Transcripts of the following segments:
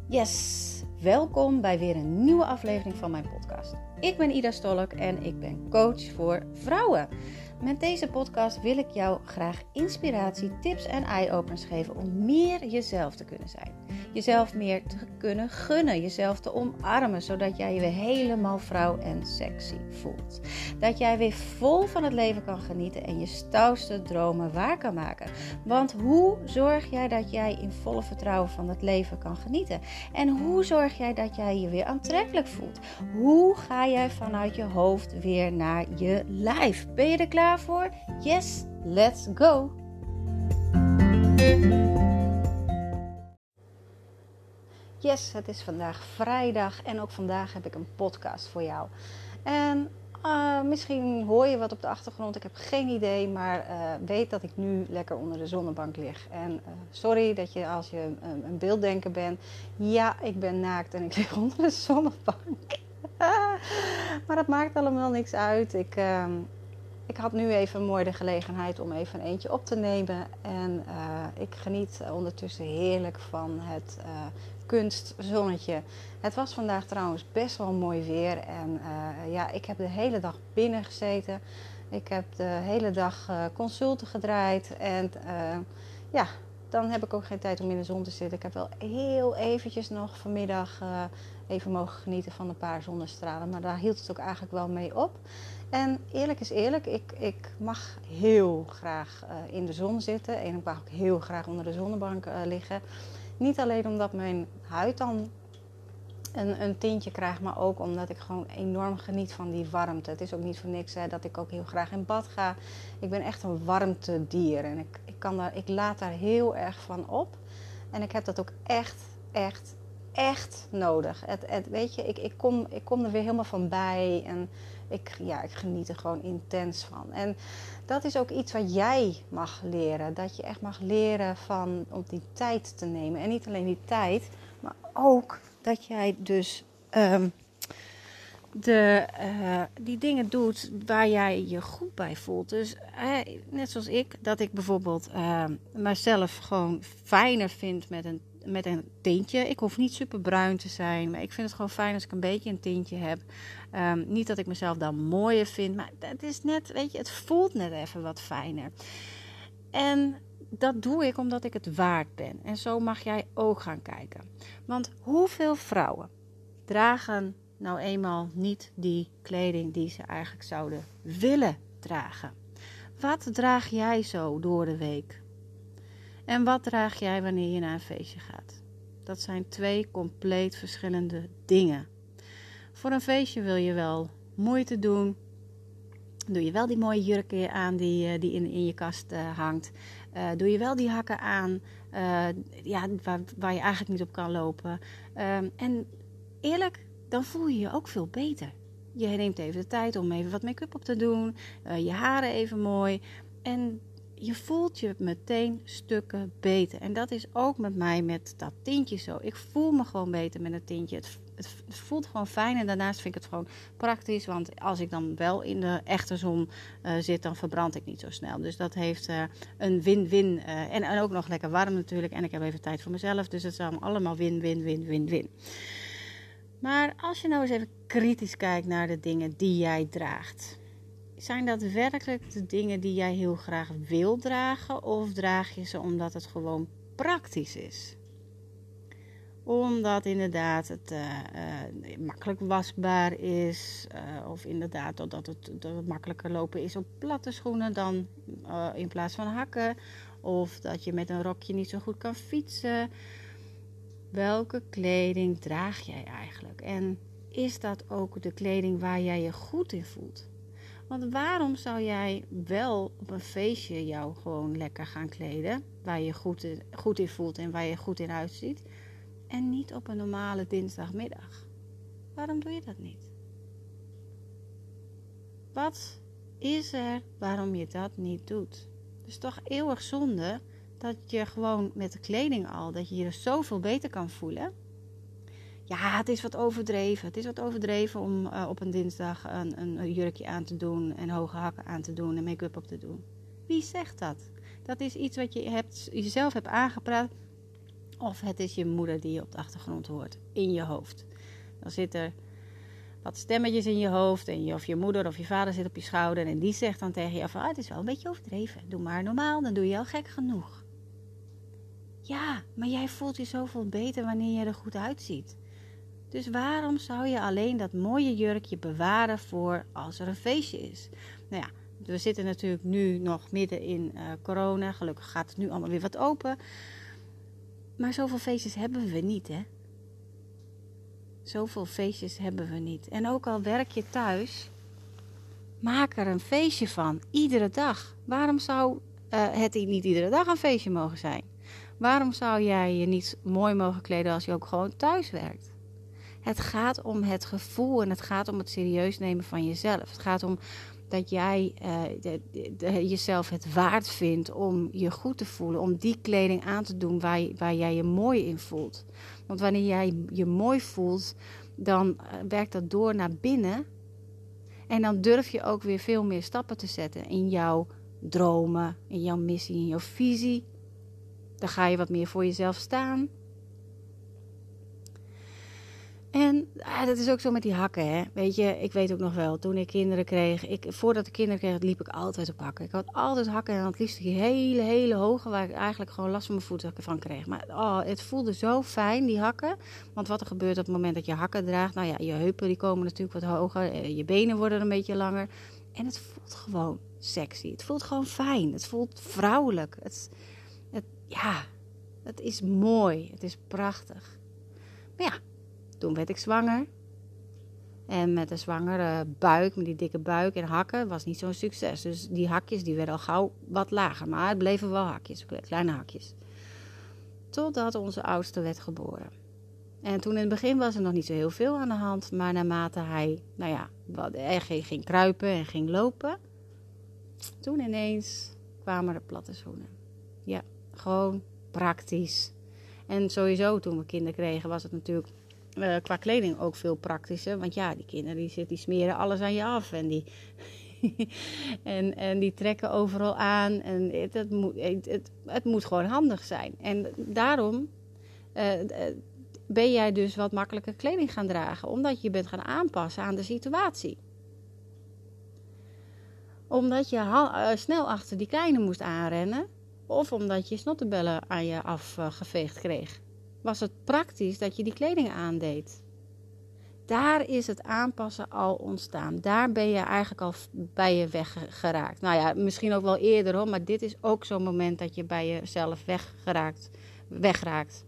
Yes, welkom bij weer een nieuwe aflevering van mijn podcast. Ik ben Ida Stolk en ik ben coach voor vrouwen. Met deze podcast wil ik jou graag inspiratie, tips en eye-openers geven om meer jezelf te kunnen zijn. Jezelf meer te kunnen gunnen, jezelf te omarmen, zodat jij je weer helemaal vrouw en sexy voelt. Dat jij weer vol van het leven kan genieten en je stoutste dromen waar kan maken. Want hoe zorg jij dat jij in volle vertrouwen van het leven kan genieten? En hoe zorg jij dat jij je weer aantrekkelijk voelt? Hoe ga jij vanuit je hoofd weer naar je lijf? Ben je er klaar voor? Yes, let's go! Yes, het is vandaag vrijdag en ook vandaag heb ik een podcast voor jou. En misschien hoor je wat op de achtergrond, ik heb geen idee, maar weet dat ik nu lekker onder de zonnebank lig. En sorry dat je als je een beelddenker bent, ja, ik ben naakt en ik lig onder de zonnebank. Maar dat maakt allemaal niks uit. Ik had nu even mooi de gelegenheid om even een eentje op te nemen. En ik geniet ondertussen heerlijk van het kunstzonnetje. Het was vandaag trouwens best wel mooi weer. En ik heb de hele dag binnen gezeten. Ik heb de hele dag consulten gedraaid. En dan heb ik ook geen tijd om in de zon te zitten. Ik heb wel heel eventjes nog vanmiddag even mogen genieten van een paar zonnestralen. Maar daar hield het ook eigenlijk wel mee op. En eerlijk is eerlijk, ik mag heel graag in de zon zitten. En ik mag ook heel graag onder de zonnebank liggen. Niet alleen omdat mijn huid dan een tintje krijgt, maar ook omdat ik gewoon enorm geniet van die warmte. Het is ook niet voor niks dat ik ook heel graag in bad ga. Ik ben echt een warmtedier en ik laat daar heel erg van op. En ik heb dat ook echt nodig. Weet je, ik kom er weer helemaal van bij en ik geniet er gewoon intens van. En dat is ook iets wat jij mag leren. Dat je echt mag leren om die tijd te nemen. En niet alleen die tijd, maar ook dat jij dus die dingen doet waar jij je goed bij voelt. Dus net zoals ik, dat ik bijvoorbeeld mezelf gewoon fijner vind met een tintje. Ik hoef niet super bruin te zijn, maar ik vind het gewoon fijn als ik een beetje een tintje heb. Niet dat ik mezelf dan mooier vind, maar het is net, weet je, het voelt net even wat fijner. En dat doe ik omdat ik het waard ben. En zo mag jij ook gaan kijken. Want hoeveel vrouwen dragen nou eenmaal niet die kleding die ze eigenlijk zouden willen dragen? Wat draag jij zo door de week? En wat draag jij wanneer je naar een feestje gaat? Dat zijn twee compleet verschillende dingen. Voor een feestje wil je wel moeite doen. Doe je wel die mooie jurken aan die in je kast hangt. Doe je wel die hakken aan waar je eigenlijk niet op kan lopen. En eerlijk, dan voel je je ook veel beter. Je neemt even de tijd om even wat make-up op te doen. Je haren even mooi. En je voelt je meteen stukken beter. En dat is ook met mij met dat tintje zo. Ik voel me gewoon beter met een tintje. Het voelt gewoon fijn. En daarnaast vind ik het gewoon praktisch. Want als ik dan wel in de echte zon zit, dan verbrand ik niet zo snel. Dus dat heeft een win-win. En ook nog lekker warm natuurlijk. En ik heb even tijd voor mezelf. Dus het is allemaal win-win-win-win-win. Maar als je nou eens even kritisch kijkt naar de dingen die jij draagt. Zijn dat werkelijk de dingen die jij heel graag wil dragen? Of draag je ze omdat het gewoon praktisch is? Omdat inderdaad het makkelijk wasbaar is. Of inderdaad dat het makkelijker lopen is op platte schoenen dan in plaats van hakken. Of dat je met een rokje niet zo goed kan fietsen. Welke kleding draag jij eigenlijk? En is dat ook de kleding waar jij je goed in voelt? Want waarom zou jij wel op een feestje jou gewoon lekker gaan kleden, waar je goed in voelt en waar je goed in uitziet, en niet op een normale dinsdagmiddag? Waarom doe je dat niet? Wat is er waarom je dat niet doet? Het is toch eeuwig zonde dat je gewoon met de kleding al, dat je je zoveel beter kan voelen. Ja, het is wat overdreven. Het is wat overdreven om op een dinsdag een jurkje aan te doen en hoge hakken aan te doen en make-up op te doen. Wie zegt dat? Dat is iets wat je jezelf hebt aangepraat Of het is je moeder die je op de achtergrond hoort, in je hoofd. Dan zitten er wat stemmetjes in je hoofd en of je moeder of je vader zit op je schouder en die zegt dan tegen je van, het is wel een beetje overdreven. Doe maar normaal, dan doe je al gek genoeg. Ja, maar jij voelt je zoveel beter wanneer je er goed uitziet. Dus waarom zou je alleen dat mooie jurkje bewaren voor als er een feestje is? Nou ja, we zitten natuurlijk nu nog midden in corona. Gelukkig gaat het nu allemaal weer wat open. Maar zoveel feestjes hebben we niet, hè? Zoveel feestjes hebben we niet. En ook al werk je thuis, maak er een feestje van. Iedere dag. Waarom zou het niet iedere dag een feestje mogen zijn? Waarom zou jij je niet mooi mogen kleden als je ook gewoon thuis werkt? Het gaat om het gevoel en het gaat om het serieus nemen van jezelf. Het gaat om dat jij jezelf het waard vindt om je goed te voelen. Om die kleding aan te doen waar jij je mooi in voelt. Want wanneer jij je mooi voelt, dan werkt dat door naar binnen. En dan durf je ook weer veel meer stappen te zetten in jouw dromen, in jouw missie, in jouw visie. Dan ga je wat meer voor jezelf staan. En dat is ook zo met die hakken, hè. Weet je, ik weet ook nog wel, toen ik kinderen kreeg, voordat ik kinderen kreeg, liep ik altijd op hakken. Ik had altijd hakken en het liefst die hele, hele hoge, waar ik eigenlijk gewoon last van mijn voeten van kreeg. Maar het voelde zo fijn, die hakken. Want wat er gebeurt op het moment dat je hakken draagt, nou ja, je heupen die komen natuurlijk wat hoger, je benen worden een beetje langer. En het voelt gewoon sexy, het voelt gewoon fijn, het voelt vrouwelijk. Het is mooi, het is prachtig. Maar ja, toen werd ik zwanger. En met een zwangere buik, met die dikke buik en hakken, was niet zo'n succes. Dus die hakjes die werden al gauw wat lager. Maar het bleven wel hakjes, kleine hakjes. Totdat onze oudste werd geboren. En toen in het begin was er nog niet zo heel veel aan de hand. Maar naarmate hij, ging kruipen en ging lopen. Toen ineens kwamen er platte schoenen. Ja, gewoon praktisch. En sowieso toen we kinderen kregen was het natuurlijk qua kleding ook veel praktischer. Want ja, die kinderen die smeren alles aan je af. En die, en die trekken overal aan. En het moet gewoon handig zijn. En daarom ben jij dus wat makkelijker kleding gaan dragen. Omdat je bent gaan aanpassen aan de situatie. Omdat je snel achter die kleine moest aanrennen. Of omdat je snottenbellen aan je afgeveegd kreeg. Was het praktisch dat je die kleding aandeed. Daar is het aanpassen al ontstaan. Daar ben je eigenlijk al bij je weggeraakt. Nou ja, misschien ook wel eerder hoor. Maar dit is ook zo'n moment dat je bij jezelf wegraakt.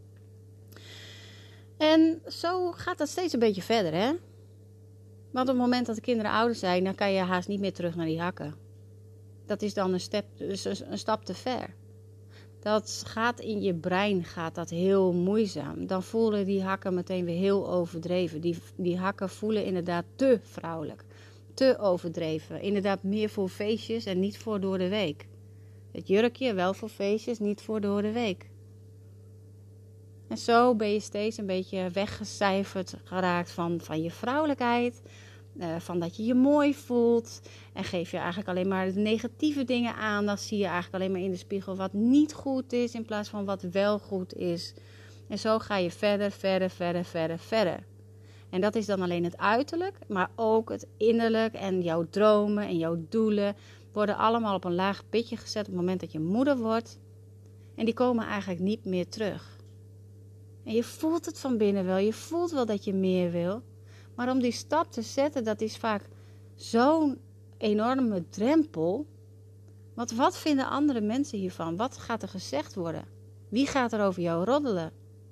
En zo gaat dat steeds een beetje verder, hè. Want op het moment dat de kinderen ouder zijn, dan kan je haast niet meer terug naar die hakken. Dat is dan een stap te ver. Dat gaat in je brein heel moeizaam. Dan voelen die hakken meteen weer heel overdreven. Die hakken voelen inderdaad te vrouwelijk. Te overdreven. Inderdaad meer voor feestjes en niet voor door de week. Het jurkje wel voor feestjes, niet voor door de week. En zo ben je steeds een beetje weggecijferd geraakt van je vrouwelijkheid. Van dat je je mooi voelt. En geef je eigenlijk alleen maar de negatieve dingen aan. Dan zie je eigenlijk alleen maar in de spiegel wat niet goed is. In plaats van wat wel goed is. En zo ga je verder. En dat is dan alleen het uiterlijk. Maar ook het innerlijk. En jouw dromen en jouw doelen. Worden allemaal op een laag pitje gezet. Op het moment dat je moeder wordt. En die komen eigenlijk niet meer terug. En je voelt het van binnen wel. Je voelt wel dat je meer wil. Maar om die stap te zetten, dat is vaak zo'n enorme drempel. Want wat vinden andere mensen hiervan? Wat gaat er gezegd worden? Wie gaat er over jou roddelen?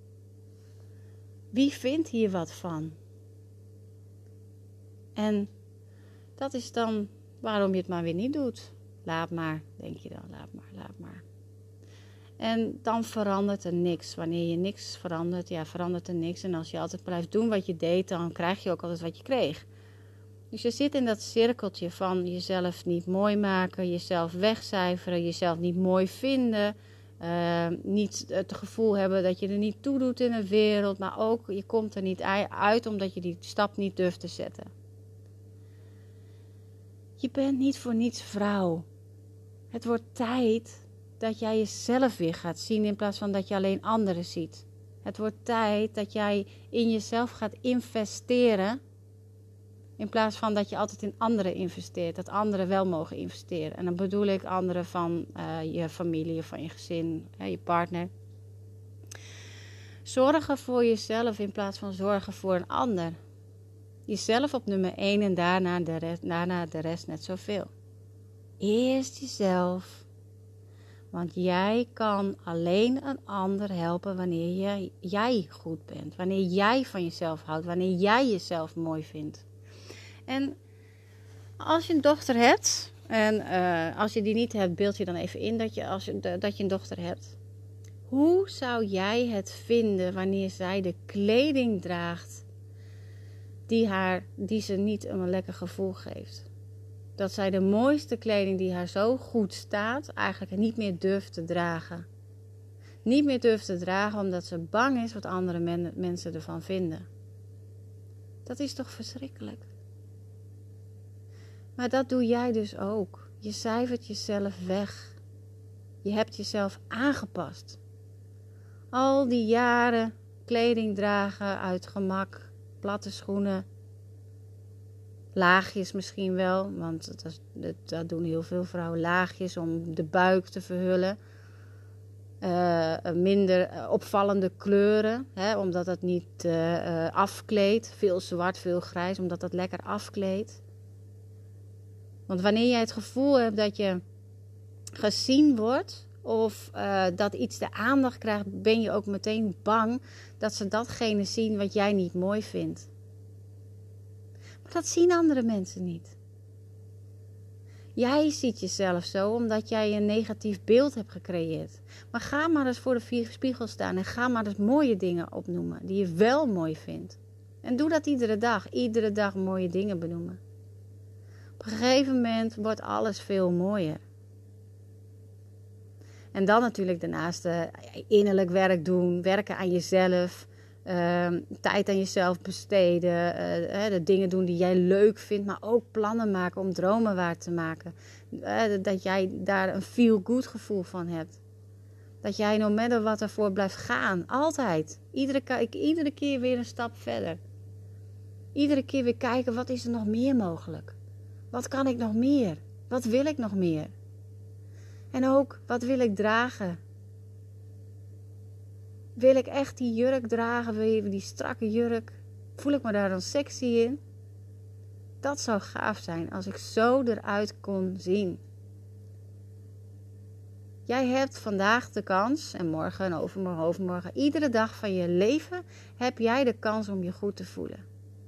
Wie vindt hier wat van? En dat is dan waarom je het maar weer niet doet. Laat maar, denk je dan. Laat maar. En dan verandert er niks. Wanneer je niks verandert, verandert er niks. En als je altijd blijft doen wat je deed, dan krijg je ook altijd wat je kreeg. Dus je zit in dat cirkeltje van jezelf niet mooi maken, jezelf wegcijferen, jezelf niet mooi vinden. Niet het gevoel hebben dat je er niet toe doet in de wereld. Maar ook, je komt er niet uit omdat je die stap niet durft te zetten. Je bent niet voor niets vrouw. Het wordt tijd dat jij jezelf weer gaat zien in plaats van dat je alleen anderen ziet. Het wordt tijd dat jij in jezelf gaat investeren in plaats van dat je altijd in anderen investeert. Dat anderen wel mogen investeren. En dan bedoel ik anderen van je familie of van je gezin, je partner. Zorgen voor jezelf in plaats van zorgen voor een ander. Jezelf op nummer 1 en daarna de rest net zoveel. Eerst jezelf. Want jij kan alleen een ander helpen wanneer jij goed bent. Wanneer jij van jezelf houdt. Wanneer jij jezelf mooi vindt. En als je een dochter hebt. En als je die niet hebt, beeld je dan even in dat je een dochter hebt. Hoe zou jij het vinden wanneer zij de kleding draagt die ze niet een lekker gevoel geeft? Dat zij de mooiste kleding die haar zo goed staat, eigenlijk niet meer durft te dragen. Niet meer durft te dragen omdat ze bang is wat andere mensen ervan vinden. Dat is toch verschrikkelijk? Maar dat doe jij dus ook. Je cijfert jezelf weg. Je hebt jezelf aangepast. Al die jaren kleding dragen uit gemak, platte schoenen, laagjes misschien wel, want dat doen heel veel vrouwen, laagjes om de buik te verhullen. Minder opvallende kleuren, omdat het niet afkleedt. Veel zwart, veel grijs, omdat dat lekker afkleedt. Want wanneer jij het gevoel hebt dat je gezien wordt of dat iets de aandacht krijgt, ben je ook meteen bang dat ze datgene zien wat jij niet mooi vindt. Maar dat zien andere mensen niet. Jij ziet jezelf zo omdat jij een negatief beeld hebt gecreëerd. Maar ga maar eens voor de spiegel staan en ga maar eens mooie dingen opnoemen die je wel mooi vindt. En doe dat iedere dag. Iedere dag mooie dingen benoemen. Op een gegeven moment wordt alles veel mooier. En dan natuurlijk daarnaast innerlijk werk doen, werken aan jezelf, tijd aan jezelf besteden, de dingen doen die jij leuk vindt, maar ook plannen maken om dromen waar te maken. Dat jij daar een feel-good gevoel van hebt. Dat jij no matter wat ervoor blijft gaan, altijd. Iedere keer weer een stap verder. Iedere keer weer kijken, wat is er nog meer mogelijk? Wat kan ik nog meer? Wat wil ik nog meer? En ook, wat wil ik dragen? Wil ik echt die jurk dragen? Wil je die strakke jurk? Voel ik me daar dan sexy in? Dat zou gaaf zijn als ik zo eruit kon zien. Jij hebt vandaag de kans, en morgen en overmorgen, iedere dag van je leven heb jij de kans om je goed te voelen.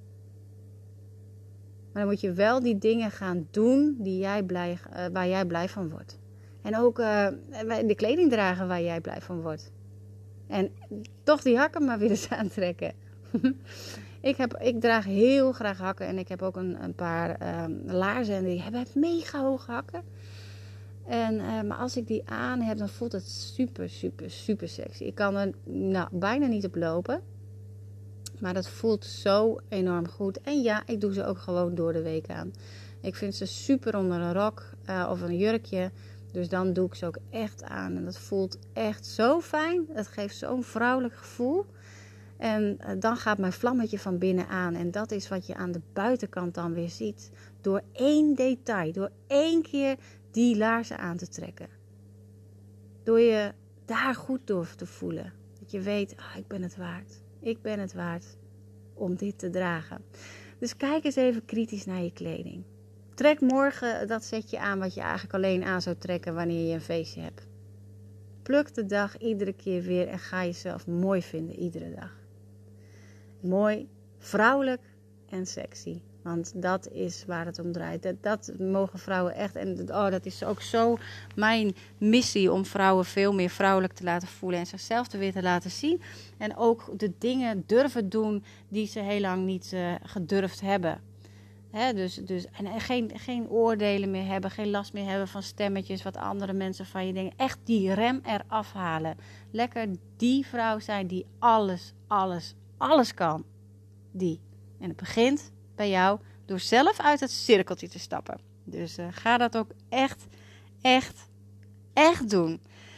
Maar dan moet je wel die dingen gaan doen waar jij blij van wordt. En ook de kleding dragen waar jij blij van wordt. En toch die hakken maar weer eens aantrekken. Ik draag heel graag hakken. En ik heb ook een paar laarzen. En die hebben mega hoge hakken. Maar als ik die aan heb, dan voelt het super, super, super sexy. Ik kan er bijna niet op lopen. Maar dat voelt zo enorm goed. En ja, ik doe ze ook gewoon door de week aan. Ik vind ze super onder een rok of een jurkje. Dus dan doe ik ze ook echt aan. En dat voelt echt zo fijn. Het geeft zo'n vrouwelijk gevoel. En dan gaat mijn vlammetje van binnen aan. En dat is wat je aan de buitenkant dan weer ziet. Door één detail. Door één keer die laarzen aan te trekken. Door je daar goed door te voelen. Dat je weet, ik ben het waard. Ik ben het waard om dit te dragen. Dus kijk eens even kritisch naar je kleding. Trek morgen dat setje aan wat je eigenlijk alleen aan zou trekken wanneer je een feestje hebt. Pluk de dag iedere keer weer en ga jezelf mooi vinden iedere dag. Mooi, vrouwelijk en sexy. Want dat is waar het om draait. Dat mogen vrouwen echt. En dat is ook zo mijn missie om vrouwen veel meer vrouwelijk te laten voelen. En zichzelf weer te laten zien. En ook de dingen durven doen die ze heel lang niet gedurfd hebben. En geen oordelen meer hebben. Geen last meer hebben van stemmetjes wat andere mensen van je denken. Echt die rem eraf halen. Lekker die vrouw zijn die alles kan. En het begint bij jou door zelf uit het cirkeltje te stappen. Dus ga dat ook echt doen.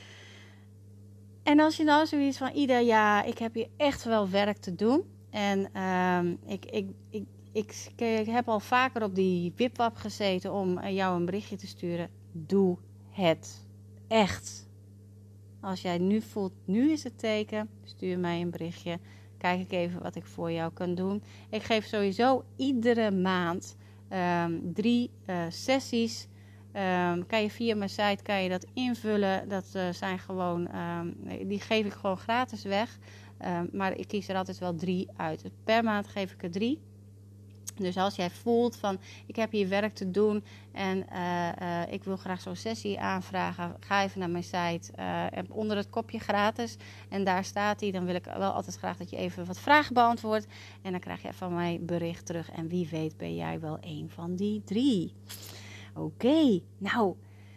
En als je nou zoiets van, Ida, ja, ik heb hier echt wel werk te doen. En ik heb al vaker op die wipwap gezeten om jou een berichtje te sturen. Doe het. Echt. Als jij nu voelt, nu is het teken, stuur mij een berichtje. Kijk ik even wat ik voor jou kan doen. Ik geef sowieso iedere maand 3 sessies. Kan je via mijn site dat invullen. Dat zijn gewoon, die geef ik gewoon gratis weg. Maar ik kies er altijd wel 3 uit. Per maand geef ik er 3. Dus als jij voelt van, ik heb hier werk te doen en ik wil graag zo'n sessie aanvragen, ga even naar mijn site, onder het kopje gratis. En daar staat hij, dan wil ik wel altijd graag dat je even wat vragen beantwoordt. En dan krijg je van mij bericht terug en wie weet ben jij wel een van die 3. Oké, nou,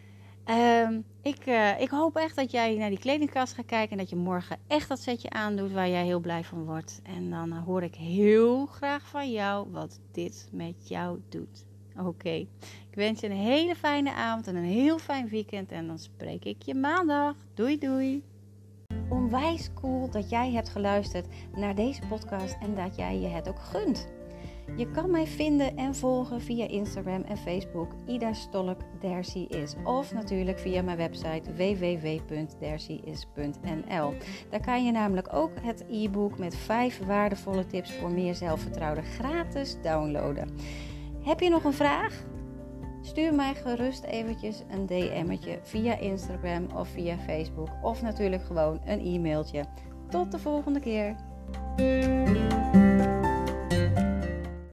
ik hoop echt dat jij naar die kledingkast gaat kijken en dat je morgen echt dat setje aandoet waar jij heel blij van wordt. En dan hoor ik heel graag van jou wat dit met jou doet. Oké, ik wens je een hele fijne avond en een heel fijn weekend en dan spreek ik je maandag. Doei doei! Onwijs cool dat jij hebt geluisterd naar deze podcast en dat jij je het ook gunt. Je kan mij vinden en volgen via Instagram en Facebook Ida Stolk There She Is. Of natuurlijk via mijn website www.theresheis.nl. Daar kan je namelijk ook het e-book met 5 waardevolle tips voor meer zelfvertrouwen gratis downloaden. Heb je nog een vraag? Stuur mij gerust eventjes een DM'tje via Instagram of via Facebook. Of natuurlijk gewoon een e-mailtje. Tot de volgende keer.